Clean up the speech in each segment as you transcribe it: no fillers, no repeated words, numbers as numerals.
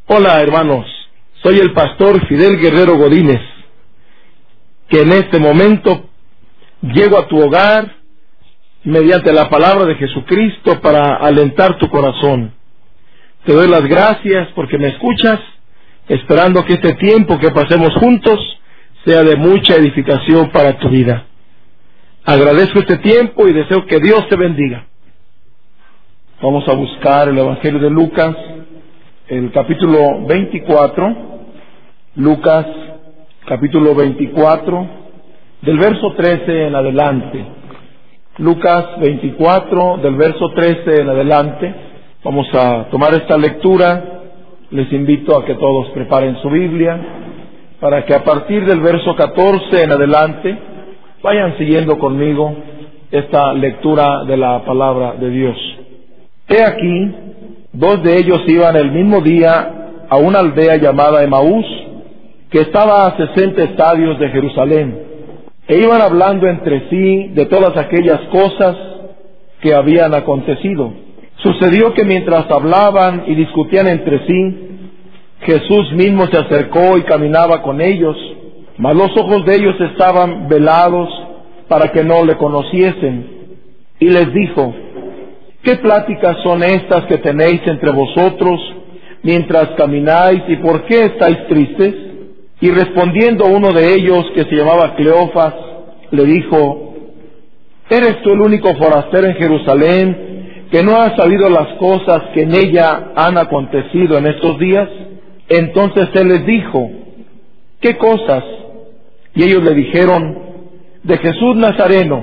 Hola hermanos, soy el pastor Fidel Guerrero Godínez, que en este momento llego a tu hogar mediante la palabra de Jesucristo para alentar tu corazón. Te doy las gracias porque me escuchas, esperando que este tiempo que pasemos juntos sea de mucha edificación para tu vida. Agradezco este tiempo y deseo que Dios te bendiga. Vamos a buscar el Evangelio de Lucas, el capítulo 24, Lucas, capítulo 24, del verso 13 en adelante. Lucas 24, del verso 13 en adelante. Vamos a tomar esta lectura. Les invito a que todos preparen su Biblia, para que a partir del verso 14 en adelante vayan siguiendo conmigo esta lectura de la palabra de Dios. He aquí, dos de ellos iban el mismo día a una aldea llamada Emaús, que estaba a 60 estadios de Jerusalén, e iban hablando entre sí de todas aquellas cosas que habían acontecido. Sucedió que mientras hablaban y discutían entre sí, Jesús mismo se acercó y caminaba con ellos, mas los ojos de ellos estaban velados para que no le conociesen. Y les dijo: ¿qué pláticas son estas que tenéis entre vosotros mientras camináis, y por qué estáis tristes? Y respondiendo uno de ellos, que se llamaba Cleofas, le dijo: ¿eres tú el único forastero en Jerusalén que no has sabido las cosas que en ella han acontecido en estos días? Entonces él les dijo: ¿qué cosas? Y ellos le dijeron: de Jesús Nazareno,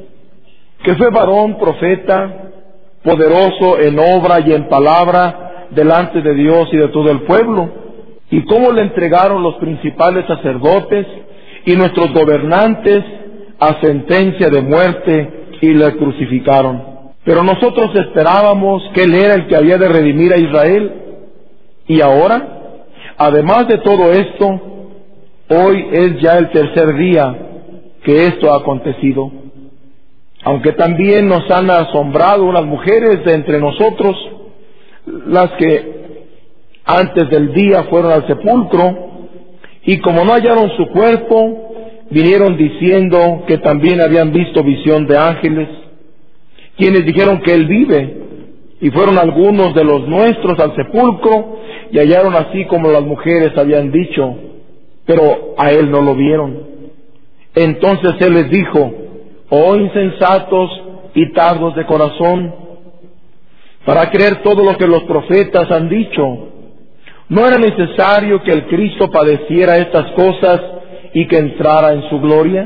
que fue varón profeta, poderoso en obra y en palabra delante de Dios y de todo el pueblo, y cómo le entregaron los principales sacerdotes y nuestros gobernantes a sentencia de muerte y le crucificaron. Pero nosotros esperábamos que Él era el que había de redimir a Israel. Y ahora, además de todo esto, hoy es ya el tercer día que esto ha acontecido. Aunque también nos han asombrado unas mujeres de entre nosotros, las que antes del día fueron al sepulcro, y como no hallaron su cuerpo, vinieron diciendo que también habían visto visión de ángeles, quienes dijeron que Él vive. Y fueron algunos de los nuestros al sepulcro, y hallaron así como las mujeres habían dicho, pero a Él no lo vieron. Entonces Él les dijo: oh insensatos y tardos de corazón, para creer todo lo que los profetas han dicho. ¿No era necesario que el Cristo padeciera estas cosas y que entrara en su gloria?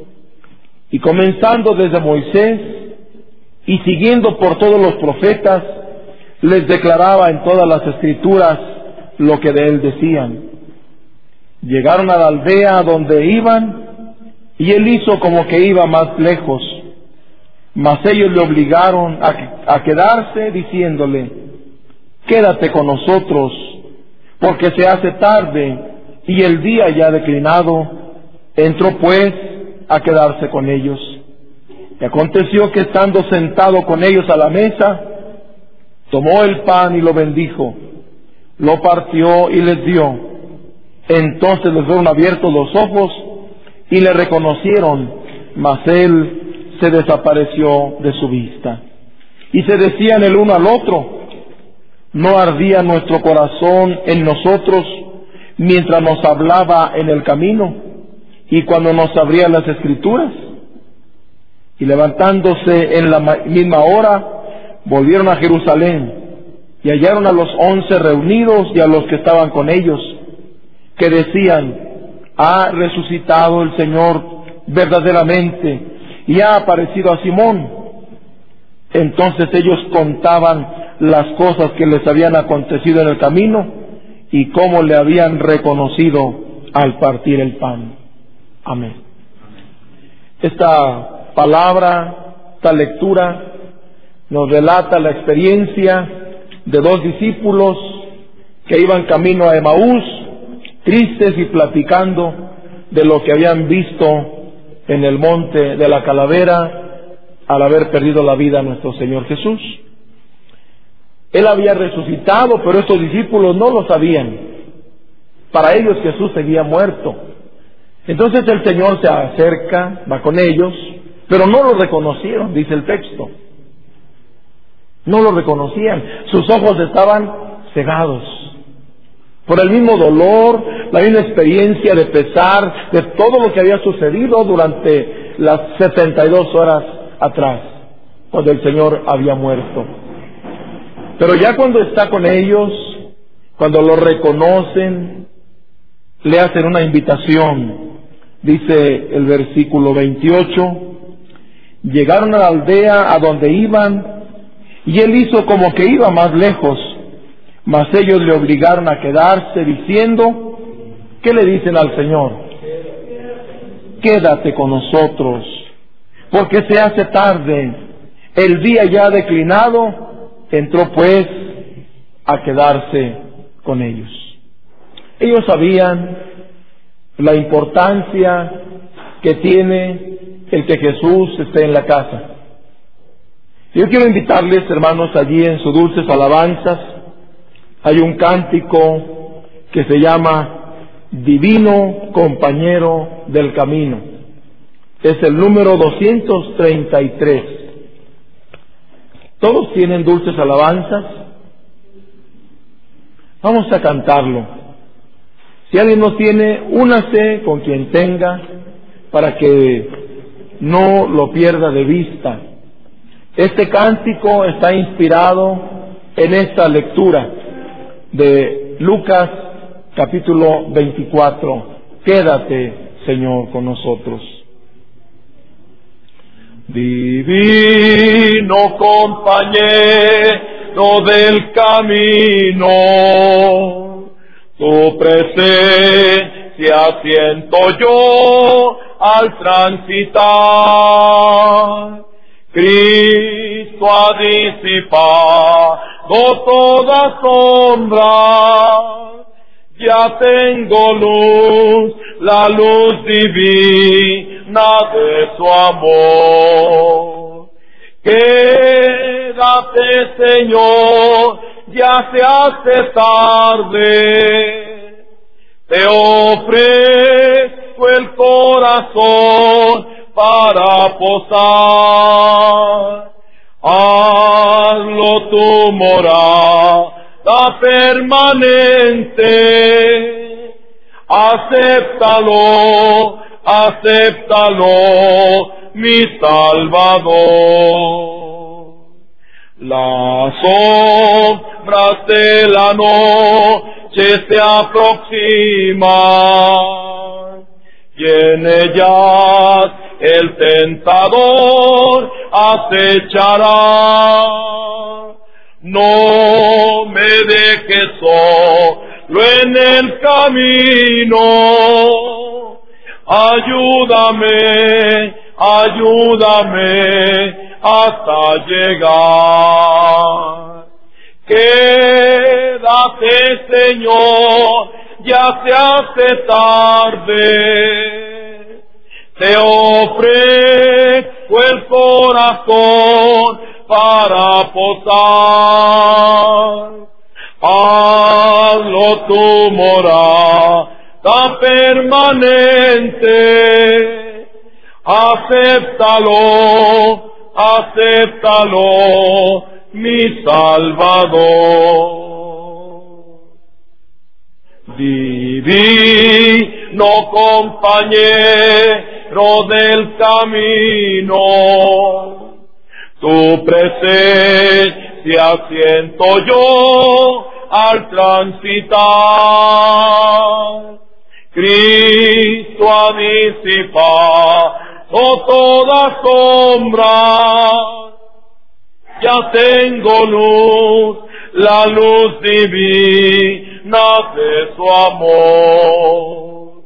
Y comenzando desde Moisés y siguiendo por todos los profetas, les declaraba en todas las escrituras lo que de él decían. Llegaron a la aldea donde iban, y él hizo como que iba más lejos, mas ellos le obligaron a quedarse, diciéndole: quédate con nosotros, porque se hace tarde y el día ya declinado. Entró pues a quedarse con ellos. Y aconteció que, estando sentado con ellos a la mesa, tomó el pan y lo bendijo, lo partió y les dio. Entonces les fueron abiertos los ojos y le reconocieron, mas él se desapareció de su vista. Y se decían el uno al otro: ¿no ardía nuestro corazón en nosotros mientras nos hablaba en el camino y cuando nos abría las escrituras? Y levantándose en la misma hora, volvieron a Jerusalén, y hallaron a los 11 reunidos y a los que estaban con ellos, que decían: ha resucitado el Señor verdaderamente, y ha aparecido a Simón. Entonces ellos contaban las cosas que les habían acontecido en el camino, y cómo le habían reconocido al partir el pan. Amén. Esta palabra, esta lectura, nos relata la experiencia de dos discípulos que iban camino a Emaús, tristes y platicando de lo que habían visto en el monte de la Calavera, al haber perdido la vida a nuestro Señor Jesús. Él había resucitado, pero estos discípulos no lo sabían. Para ellos Jesús seguía muerto. Entonces el Señor se acerca, va con ellos, pero no lo reconocieron, dice el texto. No lo reconocían. Sus ojos estaban cegados por el mismo dolor, la misma experiencia de pesar de todo lo que había sucedido durante las 72 horas atrás, cuando el Señor había muerto. Pero ya cuando está con ellos, cuando lo reconocen, le hacen una invitación. Dice el versículo 28, llegaron a la aldea a donde iban, y él hizo como que iba más lejos, mas ellos le obligaron a quedarse diciendo, ¿qué le dicen al Señor? Quédate con nosotros, porque se hace tarde, el día ya ha declinado. Entró pues a quedarse con ellos. Ellos sabían la importancia que tiene el que Jesús esté en la casa. Yo quiero invitarles, hermanos, allí en sus dulces alabanzas, hay un cántico que se llama Divino Compañero del Camino. Es el número 233. ¿Todos tienen dulces alabanzas? Vamos a cantarlo. Si alguien no tiene, únase con quien tenga para que no lo pierda de vista. Este cántico está inspirado en esta lectura de Lucas capítulo 24. Quédate, Señor, con nosotros. Divino compañero del camino, tu presencia siento yo al transitar. Cristo ha disipado toda sombra, ya tengo luz, la luz divina de su amor. Quédate, Señor, ya se hace tarde, te ofrezco el corazón para posar. Hazlo tu morada permanente, acéptalo, acéptalo, mi Salvador. Las sombras de la noche se aproximan, y en ellas el tentador acechará. No me dejes solo en el camino, ayúdame, ayúdame hasta llegar. Quédate, Señor, ya se hace tarde, te ofrezco el corazón para posar. Hazlo tu morada permanente, acéptalo, acéptalo, mi Salvador. Divino compañero del camino, tu presencia siento yo al transitar. Cristo ha disipado toda sombra, ya tengo luz, la luz divina de su amor.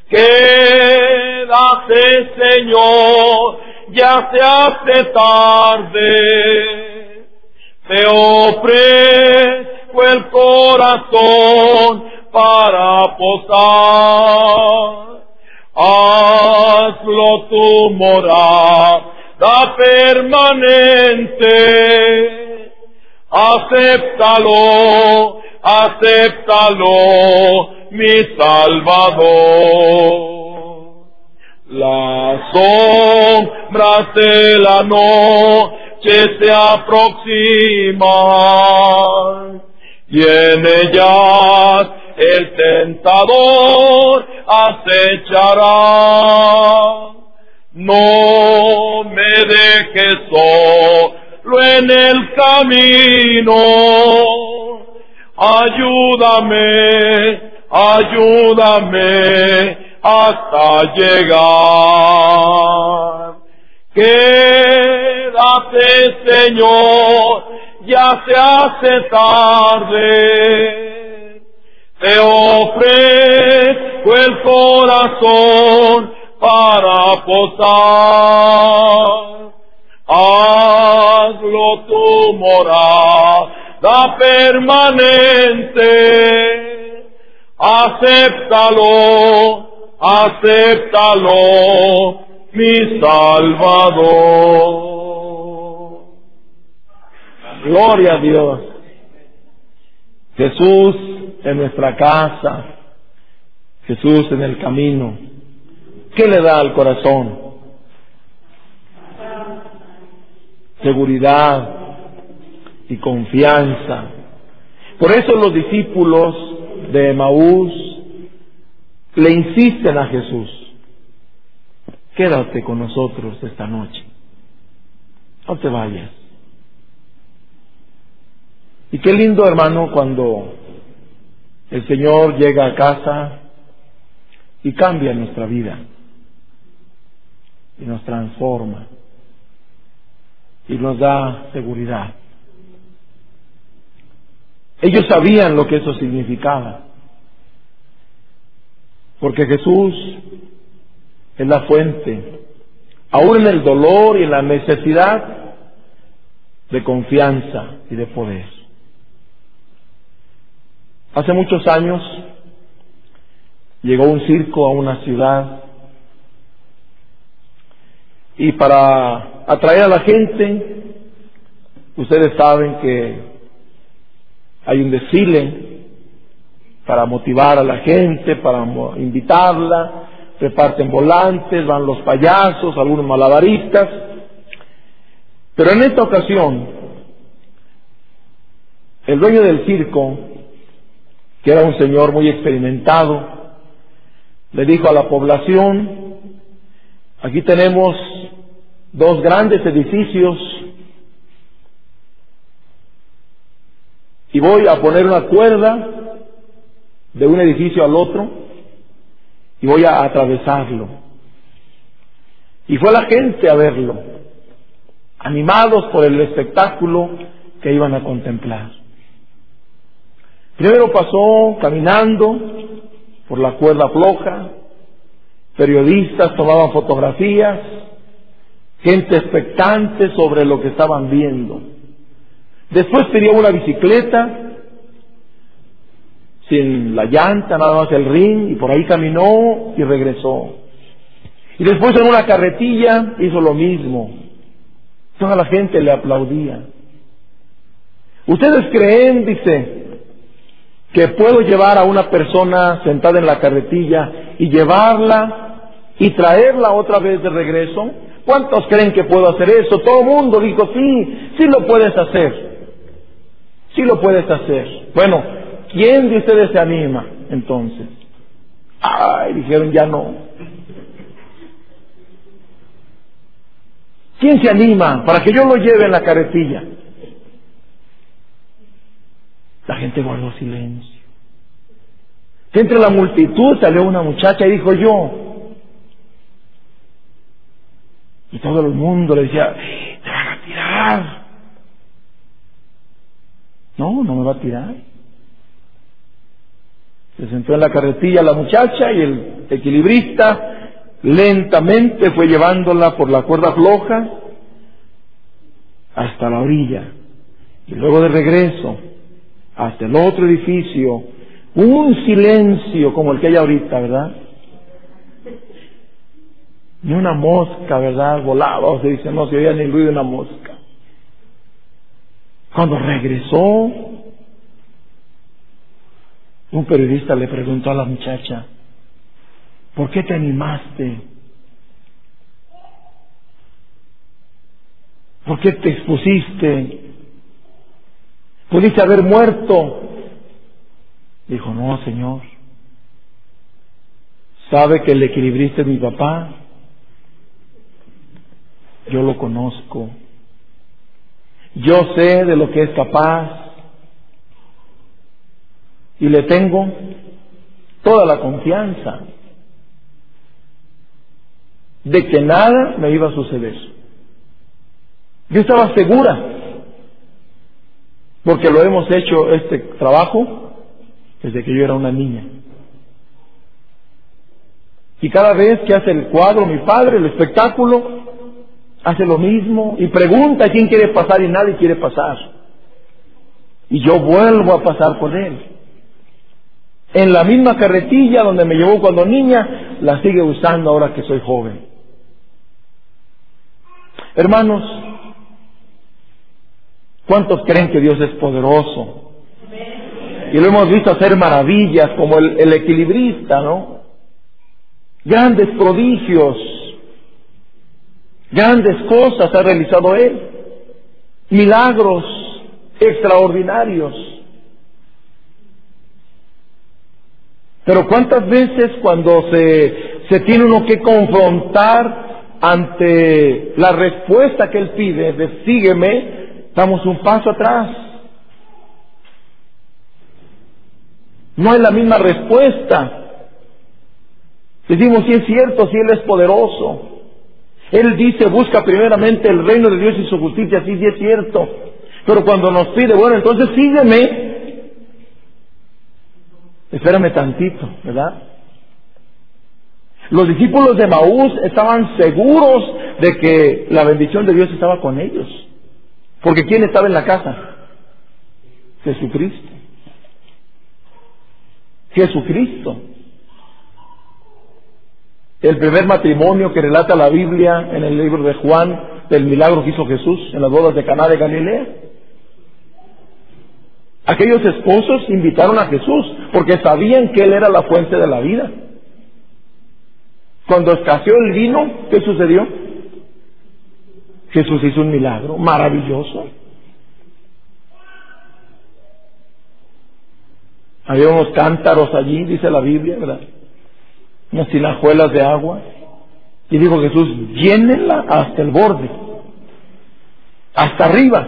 Quédate, Señor, ya se hace tarde, te ofrezco el corazón para posar. Hazlo tu morada permanente, acéptalo, acéptalo, mi Salvador. Las sombras de la noche se aproximan y en ellas el tentador acechará. No me dejes solo en el camino, ayúdame, ayúdame hasta llegar. Quédate, Señor, ya se hace tarde. Te ofrezco el corazón para posar. Hazlo tu morada permanente. Acéptalo, acéptalo, mi Salvador. Gloria a Dios. Jesús en nuestra casa, Jesús en el camino. ¿Qué le da al corazón? Seguridad y confianza. Por eso los discípulos de Emaús le insisten a Jesús: quédate con nosotros esta noche, no te vayas. Y qué lindo, hermano, cuando el Señor llega a casa y cambia nuestra vida y nos transforma y nos da seguridad. Ellos sabían lo que eso significaba, porque Jesús es la fuente, aún en el dolor y en la necesidad, de confianza y de poder. Hace muchos años llegó un circo a una ciudad y para atraer a la gente, ustedes saben que hay un desfile para motivar a la gente, para invitarla, reparten volantes, van los payasos, algunos malabaristas. Pero en esta ocasión, el dueño del circo, que era un señor muy experimentado, le dijo a la población: aquí tenemos dos grandes edificios y voy a poner una cuerda de un edificio al otro y voy a atravesarlo. Y fue la gente a verlo, animados por el espectáculo que iban a contemplar. Primero pasó caminando por la cuerda floja, periodistas tomaban fotografías, gente expectante sobre lo que estaban viendo. Después tenía una bicicleta sin la llanta, nada más el ring, y por ahí caminó y regresó. Y después en una carretilla hizo lo mismo. Toda la gente le aplaudía. ¿Ustedes creen, dice, que puedo llevar a una persona sentada en la carretilla y llevarla y traerla otra vez de regreso? ¿Cuántos creen que puedo hacer eso? Todo el mundo dijo: sí, sí lo puedes hacer. Sí lo puedes hacer. Bueno, ¿quién de ustedes se anima entonces? Ay, dijeron: ya no. ¿Quién se anima para que yo lo lleve en la carretilla? La gente guardó silencio. Entre la multitud salió una muchacha y dijo: yo. Y todo el mundo le decía: te van a tirar. No, no me va a tirar. Se sentó en la carretilla la muchacha y el equilibrista lentamente fue llevándola por la cuerda floja hasta la orilla. Y luego de regreso hasta el otro edificio, un silencio como el que hay ahorita, ¿verdad? Ni una mosca, ¿verdad? Volaba, o se dice, no se oía ni el ruido de una mosca. Cuando regresó, un periodista le preguntó a la muchacha, ¿por qué te animaste? ¿Por qué te expusiste? ¿Pudiste haber muerto? Dijo, no, Señor. ¿Sabe que el equilibrista es mi papá? Yo lo conozco. Yo sé de lo que es capaz. Y le tengo toda la confianza de que nada me iba a suceder. Yo estaba segura, porque lo hemos hecho este trabajo desde que yo era una niña. Y cada vez que hace el cuadro mi padre, el espectáculo, hace lo mismo y pregunta quién quiere pasar y nadie quiere pasar. Y yo vuelvo a pasar por él. En la misma carretilla donde me llevó cuando niña, la sigue usando ahora que soy joven. Hermanos, ¿cuántos creen que Dios es poderoso? Y lo hemos visto hacer maravillas como el equilibrista, ¿no? Grandes prodigios, grandes cosas ha realizado Él, milagros extraordinarios. Pero ¿cuántas veces cuando se tiene uno que confrontar ante la respuesta que Él pide de sígueme, damos un paso atrás? No hay la misma respuesta. Decimos, sí es cierto, sí Él es poderoso. Él dice, busca primeramente el reino de Dios y su justicia, sí es cierto. Pero cuando nos pide, bueno, entonces sígueme. Espérame tantito, ¿verdad? Los discípulos de Maús estaban seguros de que la bendición de Dios estaba con ellos. Porque ¿quién estaba en la casa? Jesucristo. Jesucristo. El primer matrimonio que relata la Biblia en el libro de Juan, del milagro que hizo Jesús en las bodas de Caná de Galilea. Aquellos esposos invitaron a Jesús porque sabían que Él era la fuente de la vida. Cuando escaseó el vino, ¿qué sucedió? Jesús hizo un milagro maravilloso. Había unos cántaros allí, dice la Biblia, ¿verdad? Unas tinajuelas de agua. Y dijo Jesús, llénenla hasta el borde, hasta arriba.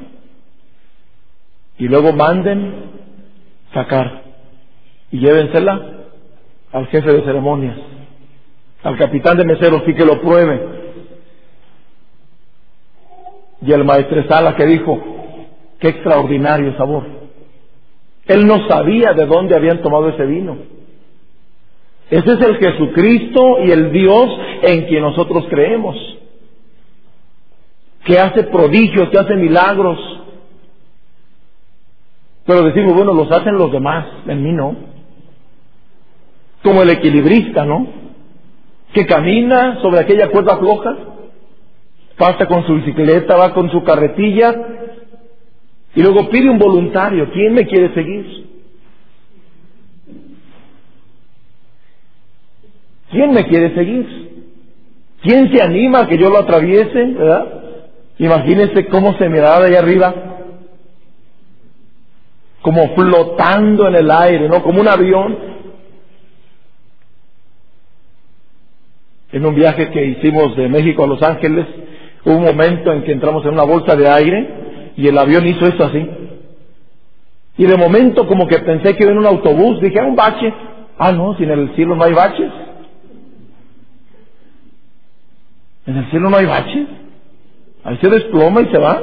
Y luego manden sacar y llévensela al jefe de ceremonias, al capitán de meseros, y que lo pruebe. Y el maestresala que dijo, qué extraordinario sabor. Él no sabía de dónde habían tomado ese vino. Ese es el Jesucristo y el Dios en quien nosotros creemos, que hace prodigios, que hace milagros. Pero decimos, bueno, los hacen los demás, en mí no. Como el equilibrista, ¿no? Que camina sobre aquella cuerda floja, pasa con su bicicleta, va con su carretilla, y luego pide un voluntario. ¿Quién me quiere seguir? ¿Quién me quiere seguir? ¿Quién se anima a que yo lo atraviese? ¿Verdad? Imagínense cómo se miraba de allá arriba, como flotando en el aire, ¿no? Como un avión. En un viaje que hicimos de México a Los Ángeles, hubo un momento en que entramos en una bolsa de aire y el avión hizo esto así. Y de momento como que pensé que iba en un autobús, dije, un bache. Ah, no, si en el cielo no hay baches. En el cielo no hay baches. Ahí se desploma y se va.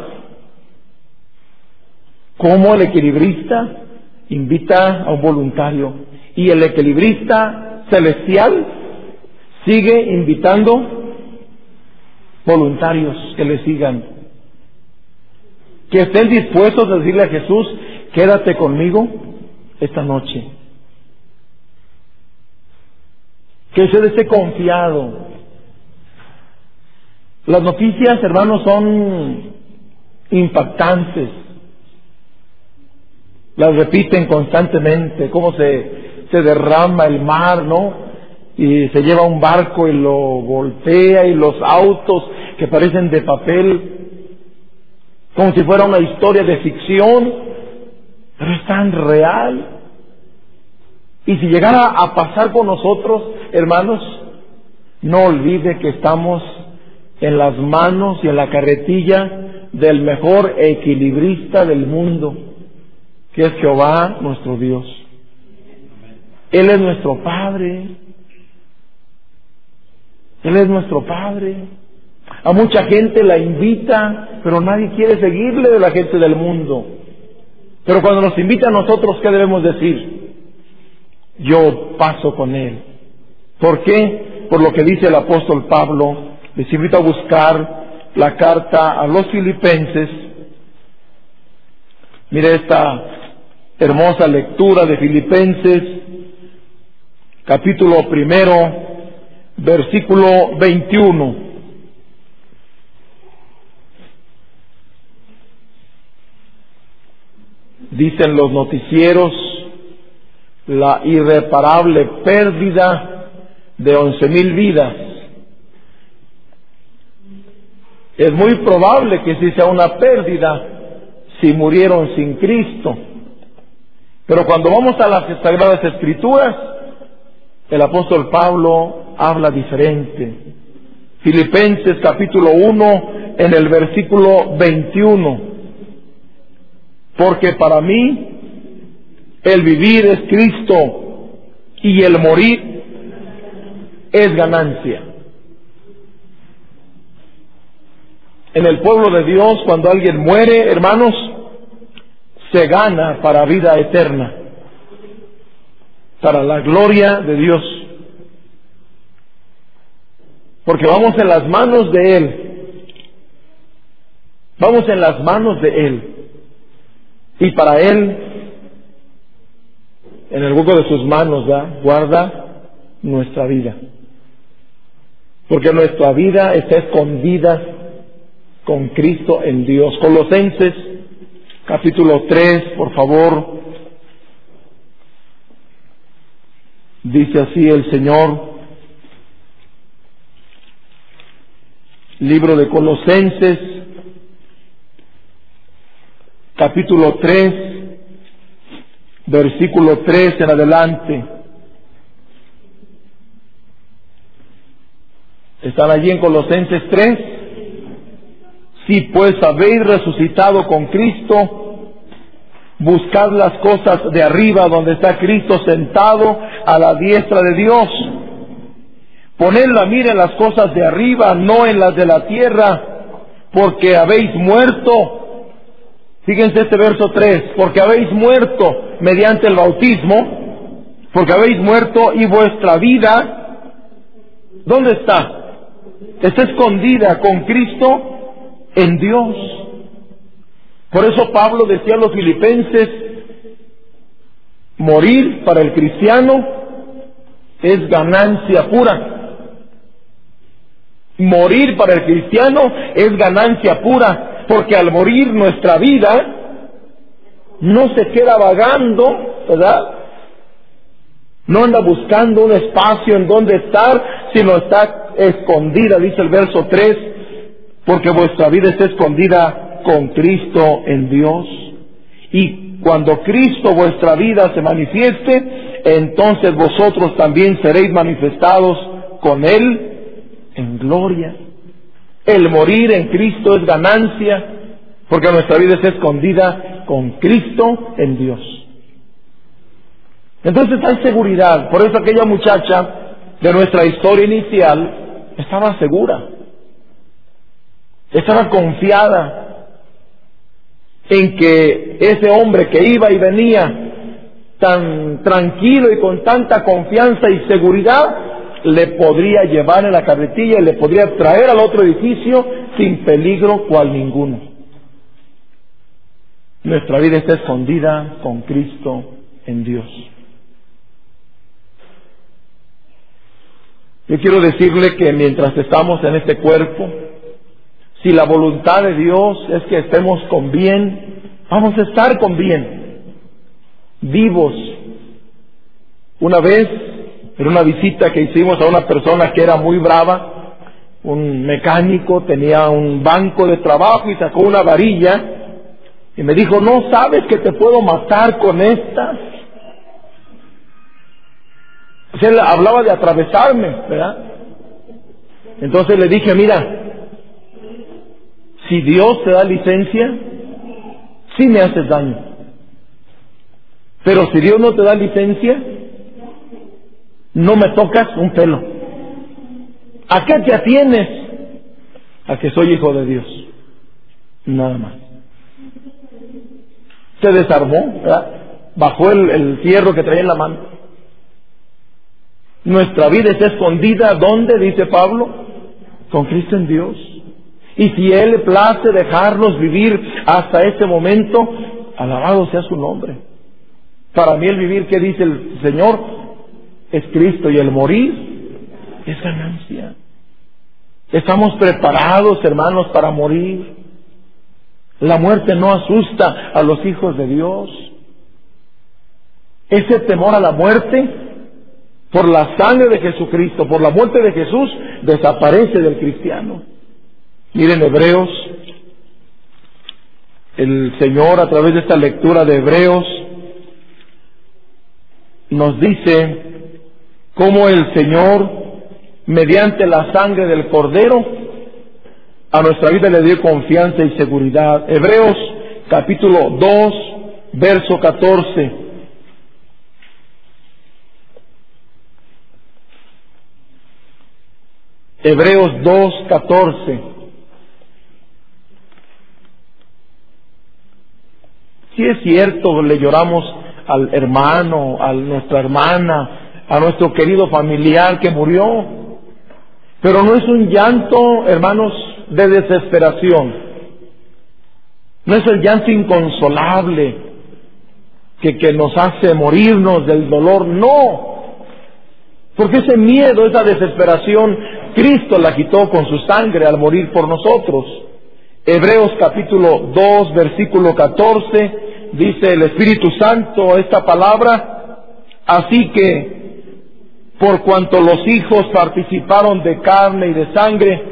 Como el equilibrista invita a un voluntario y el equilibrista celestial sigue invitando voluntarios que le sigan, que estén dispuestos a decirle a Jesús, quédate conmigo esta noche, que usted esté confiado. Las noticias, hermanos, son impactantes. Las repiten constantemente, cómo se derrama el mar, ¿no? Y se lleva un barco y lo voltea, y los autos que parecen de papel, como si fuera una historia de ficción, pero es tan real. Y si llegara a pasar con nosotros, hermanos, no olvide que estamos en las manos y en la carretilla del mejor equilibrista del mundo, que es Jehová nuestro Dios. Él es nuestro Padre. Él es nuestro Padre. A mucha gente la invita, pero nadie quiere seguirle de la gente del mundo. Pero cuando nos invita a nosotros, ¿qué debemos decir? Yo paso con Él. ¿Por qué? Por lo que dice el apóstol Pablo. Les invito a buscar la carta a los Filipenses. Mire esta hermosa lectura de Filipenses, capítulo 1, versículo 21. Dicen los noticieros la irreparable pérdida de 11,000 vidas. Es muy probable que sí sea una pérdida si murieron sin Cristo. Pero cuando vamos a las Sagradas Escrituras, el apóstol Pablo habla diferente. Filipenses capítulo 1, en el versículo 21. Porque para mí el vivir es Cristo y el morir es ganancia. En el pueblo de Dios, cuando alguien muere, hermanos, se gana para vida eterna, para la gloria de Dios. Porque vamos en las manos de Él. Vamos en las manos de Él. Y para Él, en el hueco de sus manos, guarda nuestra vida. Porque nuestra vida está escondida con Cristo en Dios. Colosenses capítulo 3, por favor. Dice así el Señor. Libro de Colosenses, capítulo 3, versículo 3 en adelante. ¿Están allí en Colosenses 3? Si pues habéis resucitado con Cristo, buscad las cosas de arriba donde está Cristo sentado a la diestra de Dios. Poned la mira en las cosas de arriba, no en las de la tierra, porque habéis muerto. Fíjense este verso 3, porque habéis muerto mediante el bautismo, porque habéis muerto y vuestra vida, ¿dónde está? Está escondida con Cristo en Dios. Por eso Pablo decía a los filipenses, morir para el cristiano es ganancia pura. Morir para el cristiano es ganancia pura, porque al morir nuestra vida no se queda vagando, ¿verdad? No anda buscando un espacio en donde estar, sino está escondida, dice el verso 3, porque vuestra vida está escondida con Cristo en Dios. Y cuando Cristo vuestra vida se manifieste, entonces vosotros también seréis manifestados con Él en gloria. El morir en Cristo es ganancia, porque nuestra vida está escondida con Cristo en Dios. Entonces hay seguridad. Por eso aquella muchacha de nuestra historia inicial estaba segura, estaba confiada en que ese hombre que iba y venía tan tranquilo y con tanta confianza y seguridad le podría llevar en la carretilla y le podría traer al otro edificio sin peligro cual ninguno. Nuestra vida está escondida con Cristo en Dios. Yo quiero decirle que mientras estamos en este cuerpo, si la voluntad de Dios es que estemos con bien, vamos a estar con bien. vivos. Una vez, en una visita que hicimos a una persona que era muy brava, un mecánico, tenía un banco de trabajo y sacó una varilla y me dijo, ¿no sabes que te puedo matar con esta? Pues él hablaba de atravesarme, ¿verdad? Entonces le dije, mira, si Dios te da licencia, sí me haces daño. Pero si Dios no te da licencia, no me tocas un pelo. ¿A qué te atienes? A que soy hijo de Dios. Nada más. Se desarmó, ¿verdad? Bajó el fierro que traía en la mano. Nuestra vida está escondida, ¿dónde? Dice Pablo, con Cristo en Dios. Y si Él le place dejarnos vivir hasta este momento, alabado sea su nombre. Para mí el vivir, ¿qué dice el Señor? Es Cristo, y el morir es ganancia. Estamos preparados, hermanos, para morir. La muerte no asusta a los hijos de Dios. Ese temor a la muerte, por la sangre de Jesucristo, por la muerte de Jesús, desaparece del cristiano. Miren Hebreos, el Señor a través de esta lectura de Hebreos nos dice cómo el Señor, mediante la sangre del Cordero, a nuestra vida le dio confianza y seguridad. Hebreos capítulo 2, verso 14. Hebreos 2, 14. Si es cierto, le lloramos al hermano, a nuestra hermana, a nuestro querido familiar que murió, pero no es un llanto, hermanos, de desesperación. No es el llanto inconsolable que nos hace morirnos del dolor, no. Porque ese miedo, esa desesperación, Cristo la quitó con su sangre al morir por nosotros. Hebreos capítulo 2, versículo 14, dice el Espíritu Santo esta palabra: así que, por cuanto los hijos participaron de carne y de sangre,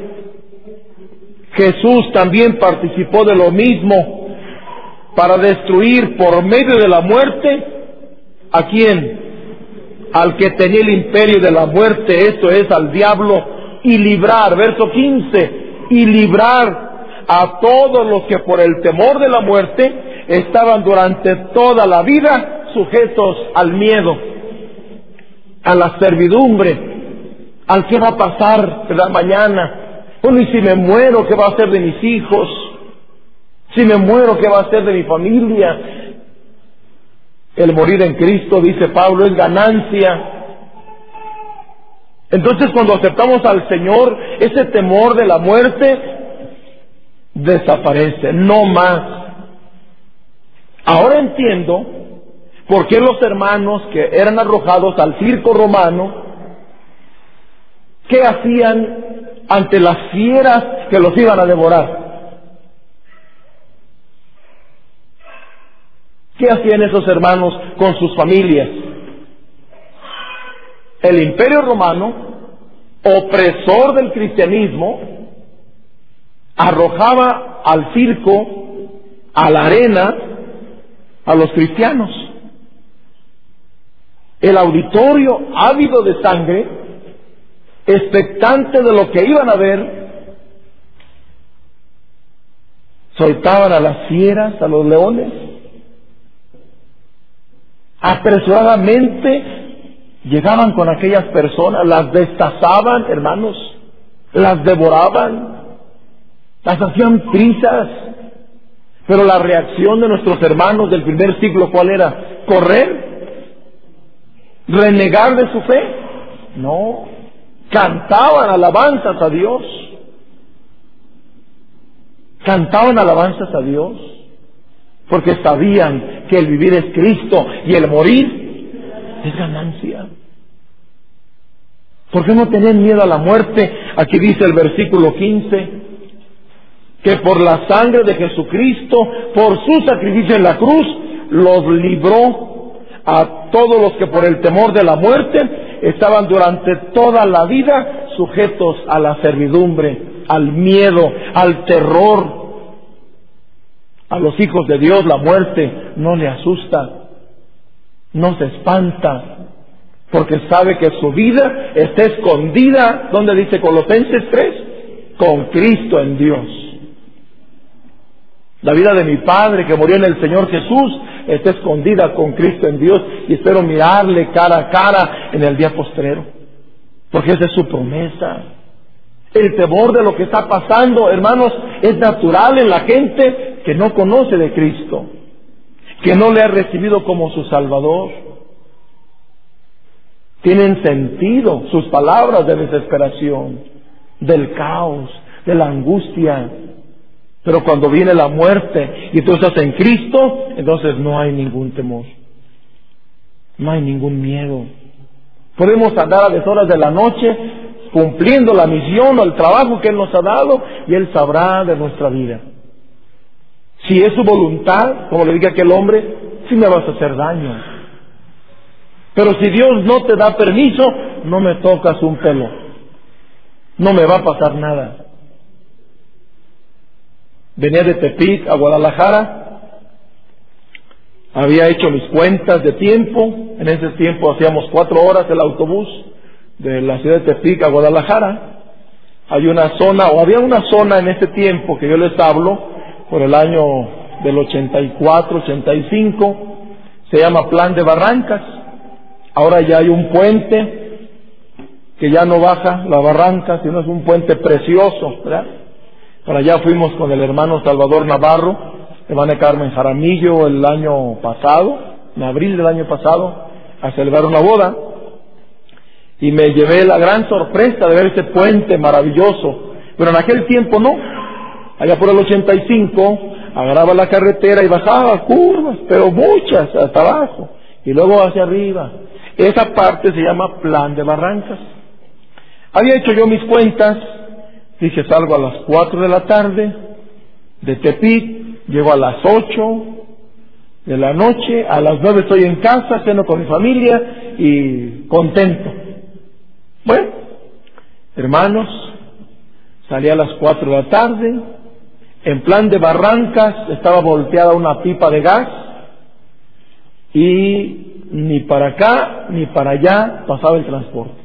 Jesús también participó de lo mismo, para destruir por medio de la muerte, ¿a quién? Al que tenía el imperio de la muerte, esto es, al diablo, y librar, verso 15, y librar a todos los que por el temor de la muerte estaban durante toda la vida sujetos al miedo, a la servidumbre, al que va a pasar, ¿verdad? Mañana. Bueno, y si me muero, ¿qué va a ser de mis hijos? Si me muero, ¿qué va a ser de mi familia? El morir en Cristo, dice Pablo, es ganancia. Entonces, cuando aceptamos al Señor, ese temor de la muerte desaparece, no más. Ahora entiendo por qué los hermanos que eran arrojados al circo romano, ¿qué hacían ante las fieras que los iban a devorar? ¿Qué hacían esos hermanos con sus familias? El Imperio Romano, opresor del cristianismo, arrojaba al circo, a la arena, a los cristianos. El auditorio, ávido de sangre, expectante de lo que iban a ver, soltaban a las fieras, a los leones, apresuradamente llegaban con aquellas personas, las destazaban, hermanos, las devoraban, las hacían prisas. Pero la reacción de nuestros hermanos del primer siglo, ¿cuál era? ¿Correr? ¿Renegar de su fe? No. Cantaban alabanzas a Dios. Cantaban alabanzas a Dios, porque sabían que el vivir es Cristo y el morir es ganancia. ¿Por qué no tenían miedo a la muerte? Aquí dice el versículo 15, que por la sangre de Jesucristo, por su sacrificio en la cruz, los libró a todos los que por el temor de la muerte estaban durante toda la vida sujetos a la servidumbre, al miedo, al terror. A los hijos de Dios la muerte no le asusta, no se espanta, porque sabe que su vida está escondida, ¿dónde dice Colosenses 3? Con Cristo en Dios. La vida de mi Padre que murió en el Señor Jesús está escondida con Cristo en Dios y espero mirarle cara a cara en el día postrero, porque esa es su promesa. El temor de lo que está pasando, hermanos, es natural en la gente que no conoce de Cristo, que no le ha recibido como su Salvador. Tienen sentido sus palabras de desesperación, del caos, de la angustia. Pero cuando viene la muerte y tú estás en Cristo, entonces no hay ningún temor, no hay ningún miedo. Podemos andar a deshoras de la noche cumpliendo la misión o el trabajo que Él nos ha dado y Él sabrá de nuestra vida. Si es su voluntad, como le dije a aquel hombre, sí me vas a hacer daño. Pero si Dios no te da permiso, no me tocas un pelo, no me va a pasar nada. Venía de Tepic a Guadalajara, había hecho mis cuentas de tiempo. En ese tiempo hacíamos 4 horas el autobús de la ciudad de Tepic a Guadalajara. Hay una zona, o había una zona en ese tiempo que yo les hablo, por el año del 84, 85, se llama Plan de Barrancas. Ahora ya hay un puente que ya no baja la barranca, sino es un puente precioso, ¿verdad? Para allá fuimos con el hermano Salvador Navarro, hermana Carmen Jaramillo, el año pasado, en abril del año pasado, a celebrar una boda. Y me llevé la gran sorpresa de ver ese puente maravilloso. Pero en aquel tiempo no. Allá por el 85, agarraba la carretera y bajaba curvas, pero muchas, hasta abajo. Y luego hacia arriba. Esa parte se llama Plan de Barrancas. Había hecho yo mis cuentas. Dije, salgo a las 4 de la tarde de Tepic, llego a las 8 de la noche, a las 9 estoy en casa, ceno con mi familia y contento. Bueno, hermanos, salí a las 4 de la tarde, en Plan de Barrancas estaba volteada una pipa de gas y ni para acá ni para allá pasaba el transporte.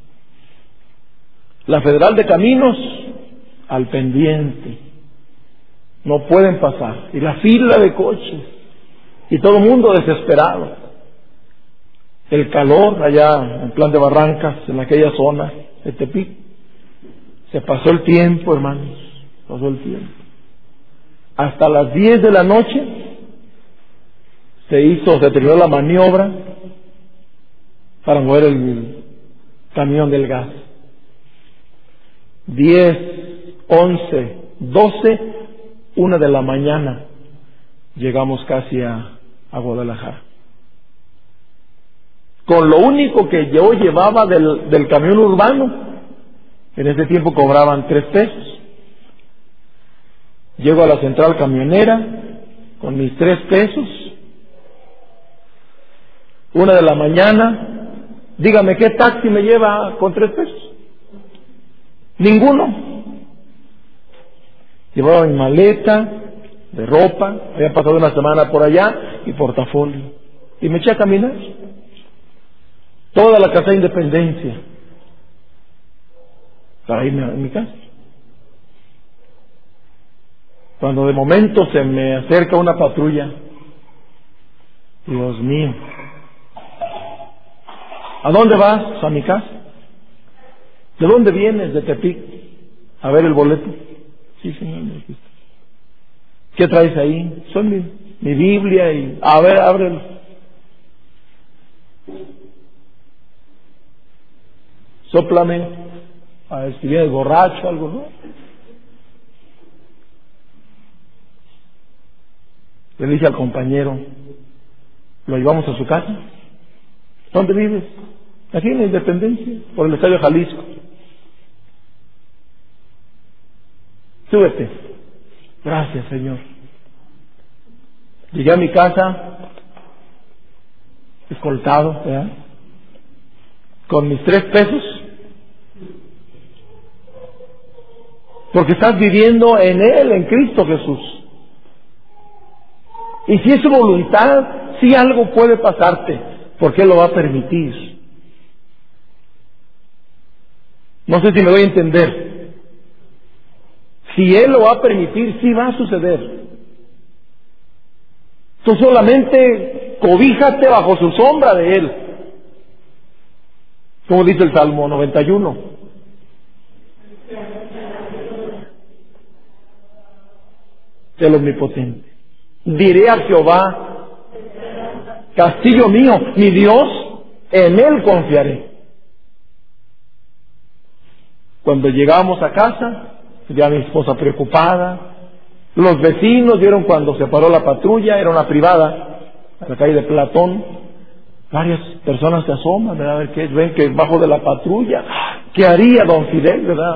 La Federal de Caminos al pendiente, no pueden pasar, y la fila de coches, y todo el mundo desesperado. El calor allá en Plan de Barrancas, en aquella zona de Tepic, se pasó el tiempo, hermanos, pasó el tiempo. Hasta las 10 de la noche se terminó la maniobra para mover el camión del gas. 10, 11, 12, 1 de la mañana llegamos casi a Guadalajara. Con lo único que yo llevaba del camión urbano, en ese tiempo cobraban 3 pesos. Llego a la central camionera con mis 3 pesos. 1 de la mañana, dígame, ¿qué taxi me lleva con 3 pesos? Ninguno. Llevaba mi maleta de ropa, había pasado una semana por allá y portafolio. Y me eché a caminar. Toda la casa de Independencia para irme a mi casa. Cuando de momento se me acerca una patrulla, Dios mío, ¿a dónde vas? A mi casa. ¿De dónde vienes? De Tepic. A ver el boleto. Sí, señor. ¿Qué traes ahí? Son mi Biblia y... A ver, ábrelo. Sóplame. A ver si vienes borracho o algo, ¿no? Le dije al compañero, lo llevamos a su casa. ¿Dónde vives? Aquí en la Independencia, por el Estadio Jalisco. Súbete. Gracias, Señor. Llegué a mi casa, escoltado, ¿verdad? Con mis 3 pesos. Porque estás viviendo en Él, en Cristo Jesús. Y si es su voluntad, si algo puede pasarte, porque Él lo va a permitir. No sé si me doy a entender. Si Él lo va a permitir, sí va a suceder. Tú solamente cobíjate bajo su sombra de Él. Como dice el Salmo 91. El Omnipotente. Diré a Jehová, castillo mío, mi Dios, en Él confiaré. Cuando llegamos a casa, ya mi esposa preocupada, los vecinos vieron cuando se paró la patrulla, era una privada, a la calle de Platón, varias personas se asoman, ¿verdad? A ver qué, ven que bajo de la patrulla, ¿qué haría don Fidel, verdad?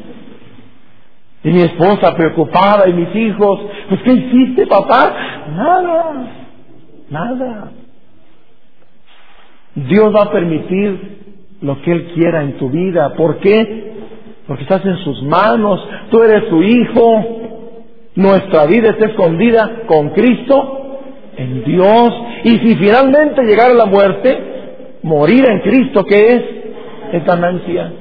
Y mi esposa preocupada y mis hijos, pues ¿qué hiciste, papá? Nada. Dios va a permitir lo que Él quiera en tu vida. ¿Por qué? Porque estás en sus manos, tú eres su hijo, nuestra vida está escondida con Cristo en Dios. Y si finalmente llegara la muerte, morir en Cristo, ¿qué es ganancia.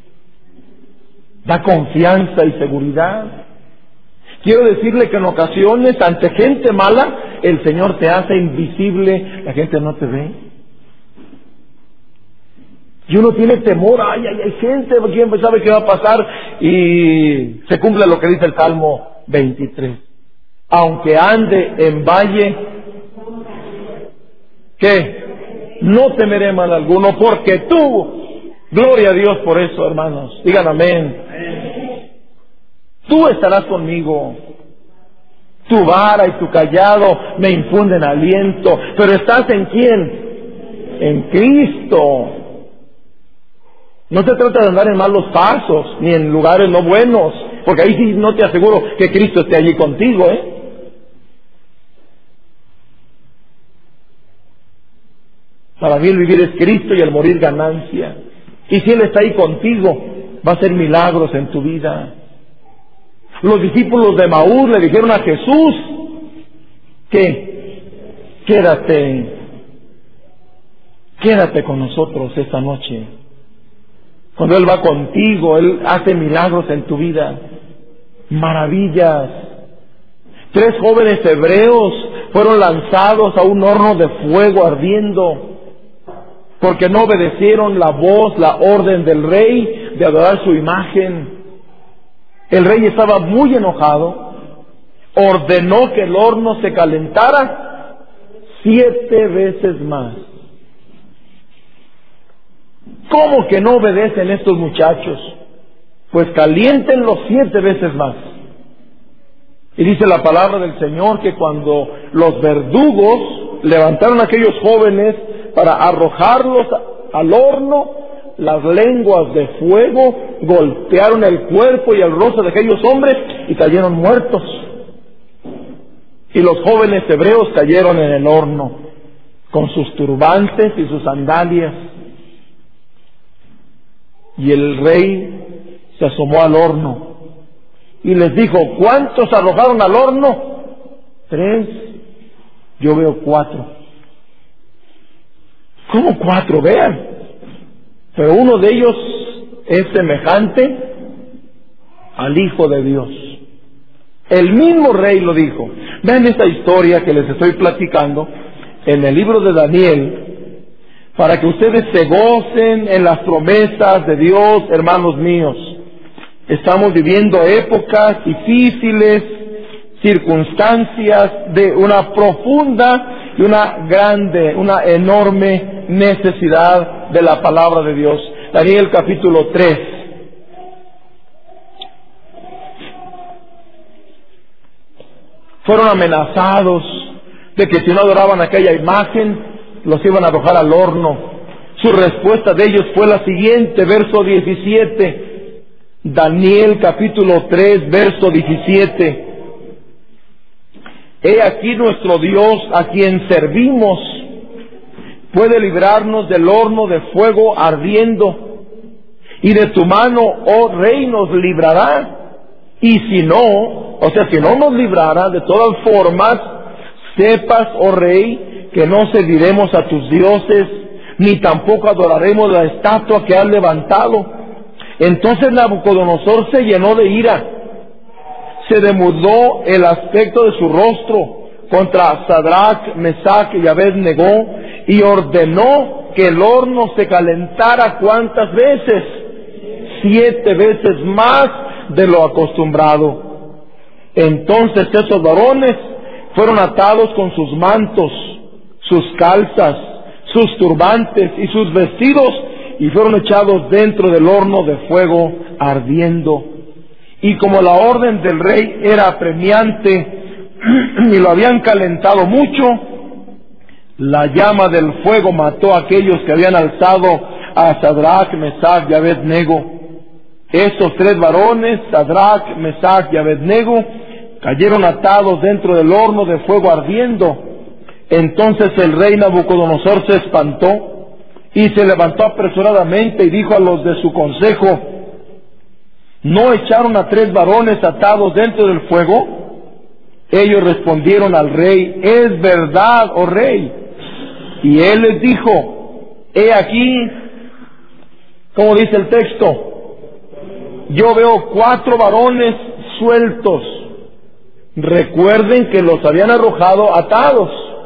Da confianza y seguridad. Quiero decirle que en ocasiones, ante gente mala, el Señor te hace invisible, la gente no te ve. Y uno tiene temor, hay gente, ¿quién sabe qué va a pasar? Y se cumple lo que dice el Salmo 23. Aunque ande en valle, ¿qué? No temeré mal alguno, porque tú, gloria a Dios por eso, hermanos, digan amén. Tú estarás conmigo. Tu vara y tu callado me infunden aliento. Pero ¿estás en quién? En Cristo. No se trata de andar en malos pasos, ni en lugares no buenos, porque ahí sí no te aseguro que Cristo esté allí contigo, Para mí el vivir es Cristo y el morir ganancia. Y si Él está ahí contigo, va a hacer milagros en tu vida. Los discípulos de Emaús le dijeron a Jesús que quédate con nosotros esta noche. Cuando Él va contigo, Él hace milagros en tu vida, maravillas. 3 jóvenes hebreos fueron lanzados a un horno de fuego ardiendo porque no obedecieron la voz, la orden del rey de adorar su imagen. El rey estaba muy enojado, ordenó que el horno se calentara 7 veces más. ¿Cómo que no obedecen estos muchachos? Pues caliéntenlo 7 veces más. Y dice la palabra del Señor que cuando los verdugos levantaron a aquellos jóvenes para arrojarlos al horno, las lenguas de fuego golpearon el cuerpo y el rostro de aquellos hombres y cayeron muertos. Y los jóvenes hebreos cayeron en el horno con sus turbantes y sus sandalias. Y el rey se asomó al horno y les dijo: ¿cuántos arrojaron al horno? 3. Yo veo 4. ¿Cómo 4? Vean. Pero uno de ellos es semejante al Hijo de Dios. El mismo rey lo dijo. Vean esta historia que les estoy platicando en el libro de Daniel, para que ustedes se gocen en las promesas de Dios, hermanos míos. Estamos viviendo épocas difíciles, circunstancias de una profunda y una enorme necesidad de la palabra de Dios. Daniel capítulo 3. Fueron amenazados de que si no adoraban aquella imagen, los iban a arrojar al horno. Su respuesta de ellos fue la siguiente, verso 17. Daniel capítulo 3, verso 17. He aquí nuestro Dios a quien servimos. puede librarnos del horno de fuego ardiendo, y de tu mano, oh Rey, nos librará. Y si no, o sea, si no nos librara, de todas formas, sepas, oh Rey, que no serviremos a tus dioses, ni tampoco adoraremos la estatua que has levantado. Entonces Nabucodonosor se llenó de ira, se demudó el aspecto de su rostro contra Sadrach, Mesach y Abed-Negó, y ordenó que el horno se calentara ¿cuántas veces? 7 veces más de lo acostumbrado. Entonces esos varones fueron atados con sus mantos, sus calzas, sus turbantes y sus vestidos, y fueron echados dentro del horno de fuego ardiendo. Y como la orden del rey era apremiante y lo habían calentado mucho, la llama del fuego mató a aquellos que habían alzado a Sadrach, Mesach y Abed-Nego. Esos 3 varones, Sadrach, Mesach y Abed-Nego, cayeron atados dentro del horno de fuego ardiendo. Entonces el rey Nabucodonosor se espantó y se levantó apresuradamente y dijo a los de su consejo: ¿no echaron a 3 varones atados dentro del fuego? Ellos respondieron al rey: es verdad, oh rey. Y él les dijo: he aquí, como dice el texto, yo veo 4 varones sueltos. Recuerden que los habían arrojado atados,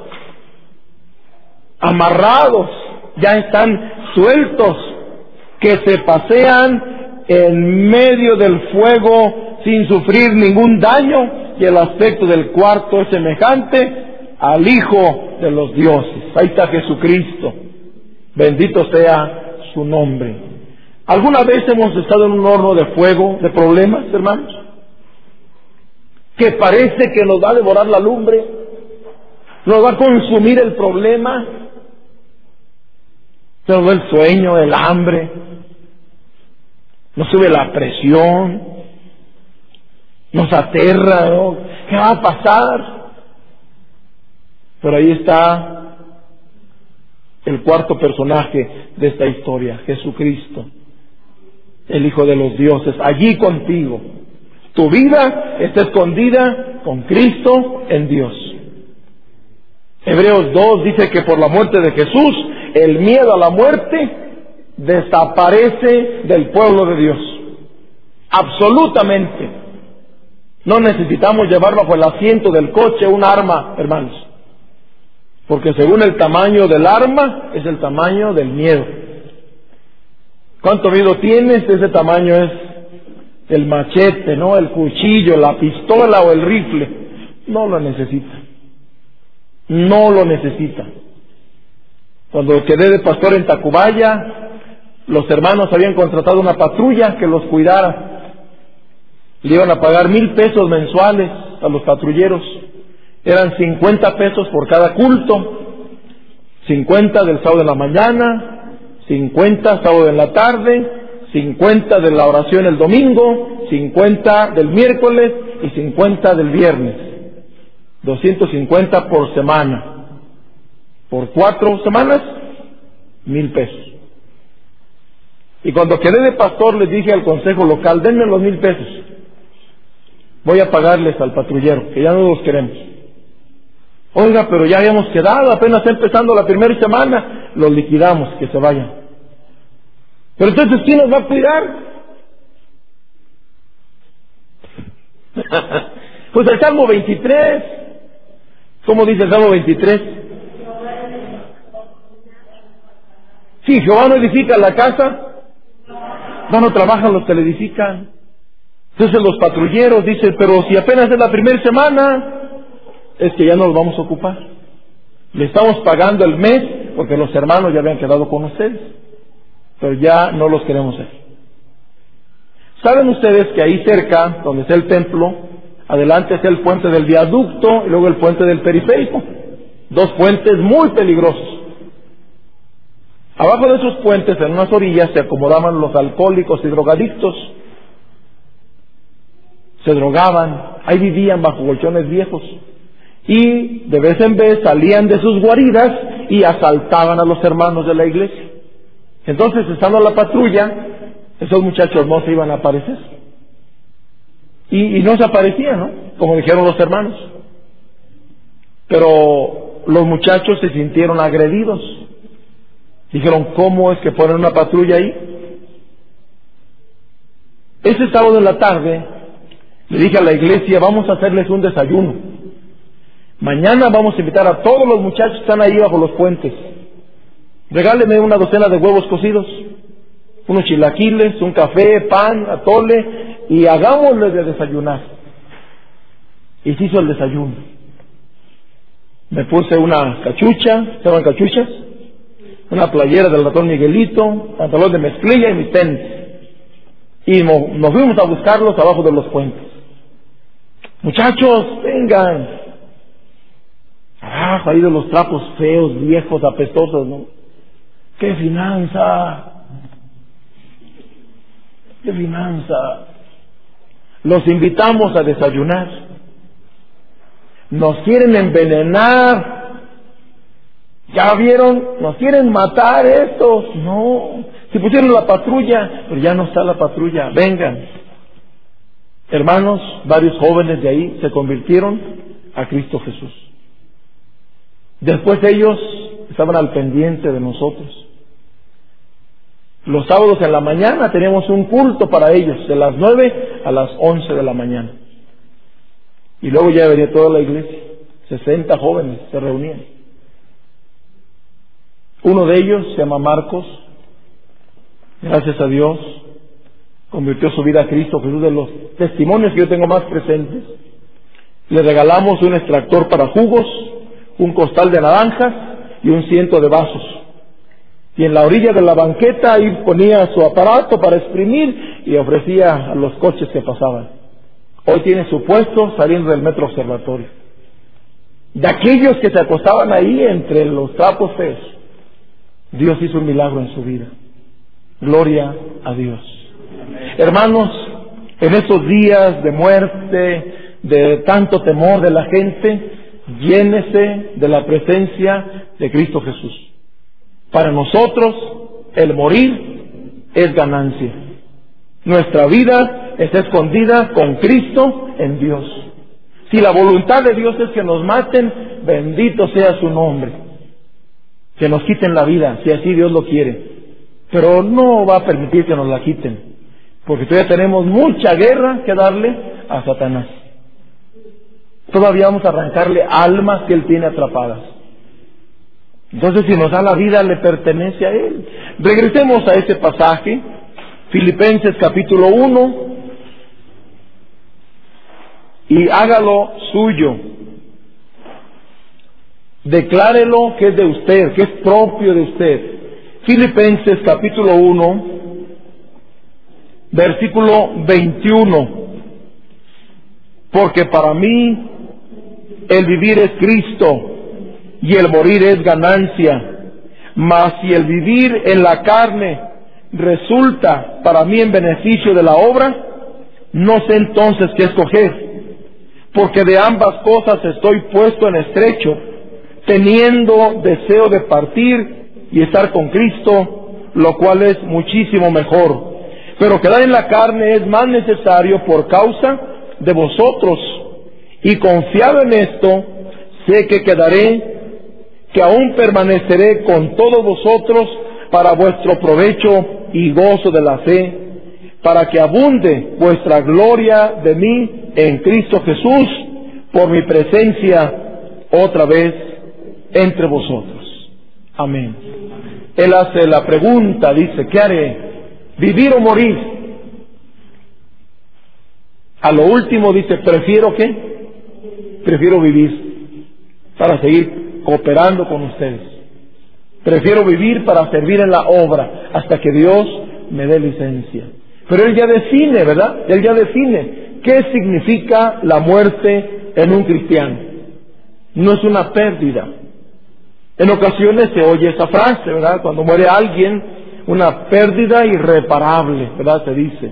amarrados, ya están sueltos, que se pasean en medio del fuego sin sufrir ningún daño, y el aspecto del cuarto es semejante al Hijo de los dioses. Ahí está Jesucristo, bendito sea su nombre. ¿Alguna vez hemos estado en un horno de fuego, de problemas, hermanos? Que parece que nos va a devorar la lumbre, nos va a consumir el problema, se nos va el sueño, el hambre, nos sube la presión, nos aterra, ¿no? ¿Qué va a pasar? Pero ahí está el cuarto personaje de esta historia, Jesucristo, el Hijo de los dioses, allí contigo. Tu vida está escondida con Cristo en Dios. Hebreos 2 dice que por la muerte de Jesús, el miedo a la muerte desaparece del pueblo de Dios. Absolutamente. No necesitamos llevar bajo el asiento del coche un arma, hermanos. Porque según el tamaño del arma, es el tamaño del miedo. ¿Cuánto miedo tienes? Ese tamaño es el machete, ¿no? El cuchillo, la pistola o el rifle. No lo necesita. No lo necesita. Cuando quedé de pastor en Tacubaya, los hermanos habían contratado una patrulla que los cuidara. Le iban a pagar 1,000 pesos mensuales a los patrulleros. Eran 50 pesos por cada culto, 50 del sábado en la mañana, 50 sábado en la tarde, 50 de la oración el domingo, 50 del miércoles y 50 del viernes. 250 por semana. Por 4 semanas, 1,000 pesos. Y cuando quedé de pastor les dije al consejo local: denme los 1,000 pesos. Voy a pagarles al patrullero, que ya no los queremos. Oiga, pero ya habíamos quedado, apenas está empezando la primera semana. Los liquidamos, que se vayan. Pero entonces, ¿quién nos va a cuidar? Pues el Salmo 23. ¿Cómo dice el Salmo 23? Si Jehová no edifica la casa, no trabajan los que la edifican. Entonces los patrulleros dicen: pero si apenas es la primera semana, es que ya no los vamos a ocupar. Le estamos pagando el mes porque los hermanos ya habían quedado con ustedes, pero ya no los queremos hacer. ¿Saben ustedes que ahí cerca, donde está el templo, adelante está el puente del viaducto y luego el puente del periférico? 2 puentes muy peligrosos. Abajo de esos puentes, en unas orillas, se acomodaban los alcohólicos y drogadictos. Se drogaban, ahí vivían bajo colchones viejos. Y de vez en vez salían de sus guaridas y asaltaban a los hermanos de la iglesia. Entonces, estando la patrulla, esos muchachos no se iban a aparecer. Y no se aparecían, ¿no? Como dijeron los hermanos. Pero los muchachos se sintieron agredidos. Dijeron, ¿cómo es que ponen una patrulla ahí? Ese sábado en la tarde le dije a la iglesia, vamos a hacerles un desayuno. Mañana vamos a invitar a todos los muchachos que están ahí bajo los puentes. Regálenme una docena de huevos cocidos, unos chilaquiles, un café, pan, atole, y hagámosles de desayunar. Y se hizo el desayuno. Me puse una cachucha, ¿se llaman cachuchas? Una playera del ratón Miguelito, pantalón de mezclilla y mis tenis. Y nos fuimos a buscarlos abajo de los puentes. Muchachos, vengan. Abajo ahí de los trapos feos, viejos, apestosos, ¿no? ¡Qué finanza! ¡Qué finanza! Los invitamos a desayunar. Nos quieren envenenar. ¿Ya vieron? Nos quieren matar estos. No. Si pusieron la patrulla, pero ya no está la patrulla. Vengan. Hermanos, varios jóvenes de ahí se convirtieron a Cristo Jesús. Después ellos estaban al pendiente de nosotros. Los sábados en la mañana teníamos un culto para ellos, de las 9 a las 11 de la mañana. Y luego ya venía toda la iglesia, 60 jóvenes se reunían. Uno de ellos se llama Marcos, gracias a Dios, convirtió su vida a Cristo Jesús. De los testimonios que yo tengo más presentes, le regalamos un extractor para jugos, un costal de naranjas y un ciento de vasos. Y en la orilla de la banqueta ahí ponía su aparato para exprimir y ofrecía a los coches que pasaban. Hoy tiene su puesto saliendo del Metro Observatorio. De aquellos que se acostaban ahí entre los trapos feos, Dios hizo un milagro en su vida. Gloria a Dios. Hermanos, en estos días de muerte, de tanto temor de la gente, llénese de la presencia de Cristo Jesús. Para nosotros, el morir es ganancia. Nuestra vida está escondida con Cristo en Dios. Si la voluntad de Dios es que nos maten, bendito sea su nombre. Que nos quiten la vida, si así Dios lo quiere. Pero no va a permitir que nos la quiten, porque todavía tenemos mucha guerra que darle a Satanás. Todavía vamos a arrancarle almas que Él tiene atrapadas. Entonces, si nos da la vida, le pertenece a Él. Regresemos a ese pasaje, Filipenses capítulo 1, y hágalo suyo. Declárelo que es de usted, que es propio de usted. Filipenses capítulo 1, versículo 21. Porque para mí el vivir es Cristo y el morir es ganancia. Mas si el vivir en la carne resulta para mí en beneficio de la obra, no sé entonces qué escoger. Porque de ambas cosas estoy puesto en estrecho, teniendo deseo de partir y estar con Cristo, lo cual es muchísimo mejor. Pero quedar en la carne es más necesario por causa de vosotros. Y confiado en esto, sé que quedaré, que aún permaneceré con todos vosotros para vuestro provecho y gozo de la fe, para que abunde vuestra gloria de mí en Cristo Jesús, por mi presencia otra vez entre vosotros. Amén. Él hace la pregunta, dice, ¿qué haré? ¿Vivir o morir? A lo último dice, ¿prefiero qué? Prefiero vivir para seguir cooperando con ustedes. Prefiero vivir para servir en la obra hasta que Dios me dé licencia. Pero Él ya define, ¿verdad? Él ya define qué significa la muerte en un cristiano. No es una pérdida. En ocasiones se oye esa frase, ¿verdad? Cuando muere alguien, una pérdida irreparable, ¿verdad? Se dice.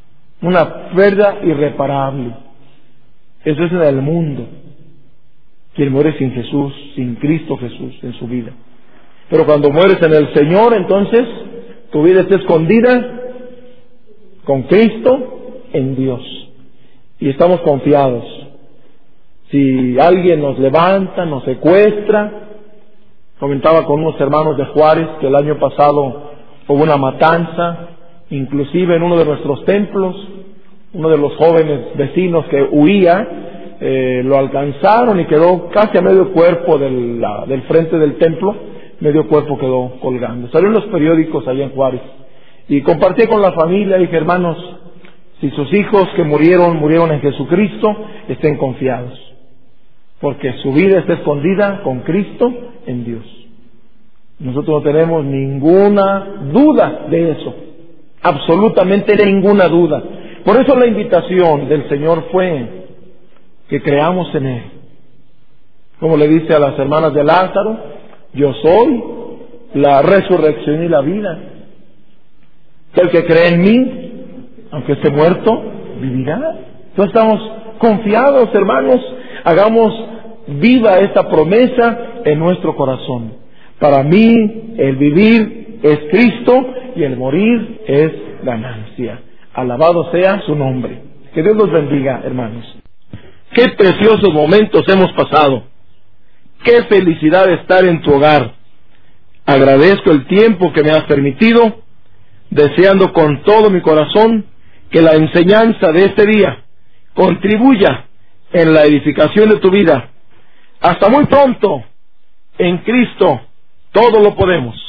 Una pérdida irreparable. Eso es en el mundo. quien muere sin Jesús, sin Cristo Jesús en su vida. Pero cuando mueres en el Señor, entonces tu vida está escondida con Cristo en Dios. Y estamos confiados. Si alguien nos levanta, nos secuestra, comentaba con unos hermanos de Juárez que el año pasado hubo una matanza, inclusive en uno de nuestros templos, uno de los jóvenes vecinos que huía, lo alcanzaron y quedó casi a medio cuerpo del frente del templo, medio cuerpo quedó colgando. Salió en los periódicos allá en Juárez. Y compartí con la familia y dije, hermanos, si sus hijos que murieron en Jesucristo, estén confiados, porque su vida está escondida con Cristo en Dios. Nosotros no tenemos ninguna duda de eso, absolutamente ninguna duda. Por eso la invitación del Señor fue que creamos en Él. Como le dice a las hermanas de Lázaro, yo soy la resurrección y la vida. El que cree en mí, aunque esté muerto, vivirá. Entonces estamos confiados, hermanos. Hagamos viva esta promesa en nuestro corazón. Para mí, el vivir es Cristo y el morir es ganancia. Alabado sea su nombre. Que Dios los bendiga, hermanos. Qué preciosos momentos hemos pasado. Qué felicidad estar en tu hogar. Agradezco el tiempo que me has permitido, deseando con todo mi corazón que la enseñanza de este día contribuya en la edificación de tu vida. Hasta muy pronto. En Cristo todo lo podemos.